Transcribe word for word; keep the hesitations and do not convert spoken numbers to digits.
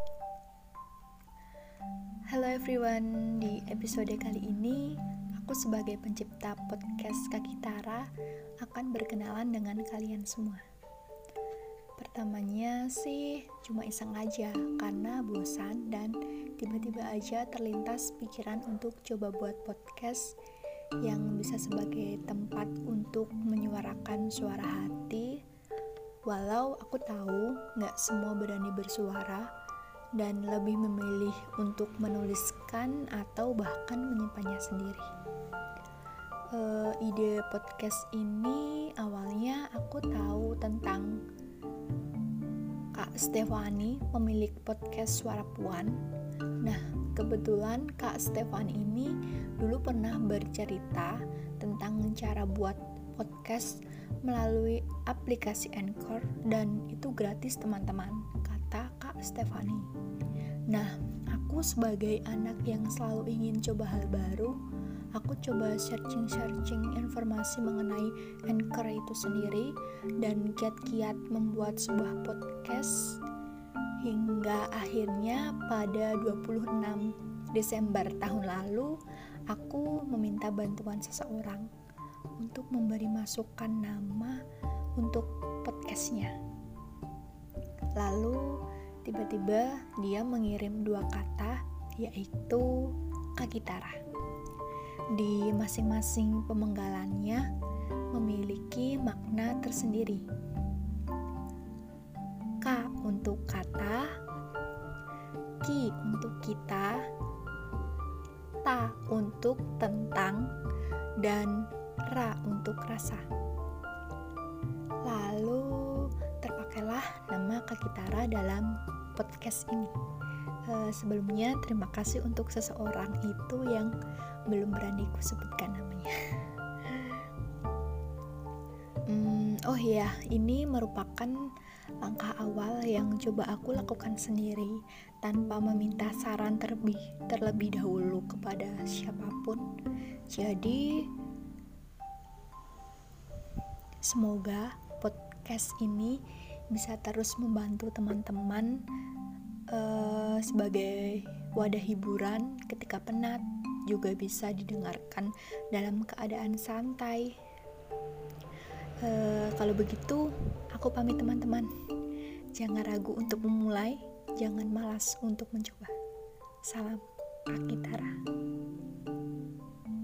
Halo everyone, di episode kali ini aku sebagai pencipta podcast Kaki Tara akan berkenalan dengan kalian semua. Pertamanya sih cuma iseng aja karena bosan dan tiba-tiba aja terlintas pikiran untuk coba buat podcast yang bisa sebagai tempat untuk menyuarakan suara hati. Walau aku tahu gak semua berani bersuara dan lebih memilih untuk menuliskan atau bahkan menyimpannya sendiri. Uh, ide podcast ini awalnya aku tahu tentang Kak Stefani, pemilik podcast Suara Puan. Nah, kebetulan Kak Stefani ini dulu pernah bercerita tentang cara buat podcast melalui aplikasi Anchor dan itu gratis teman-teman, kata Kak Stefani. Nah, aku sebagai anak yang selalu ingin coba hal baru, aku coba searching-searching informasi mengenai Anchor itu sendiri dan kiat-kiat membuat sebuah podcast hingga akhirnya pada dua puluh enam Desember tahun lalu aku meminta bantuan seseorang untuk memberi masukan nama untuk podcastnya. Lalu tiba-tiba dia mengirim dua kata, yaitu Kaki Tara. Di masing-masing pemenggalannya memiliki makna tersendiri. K untuk kata, Ki untuk kita, Ta untuk tentang, dan Ra untuk rasa. Lalu terpakailah nama Kaki Tara dalam podcast ini. E, sebelumnya terima kasih untuk seseorang itu yang belum berani ku sebutkan namanya. hmm, oh iya, ini merupakan langkah awal yang coba aku lakukan sendiri tanpa meminta saran terlebih terlebih dahulu kepada siapapun. Jadi semoga podcast ini bisa terus membantu teman-teman uh, sebagai wadah hiburan ketika penat, juga bisa didengarkan dalam keadaan santai. Uh, kalau begitu, aku pamit teman-teman. Jangan ragu untuk memulai, jangan malas untuk mencoba. Salam Kaki Tara.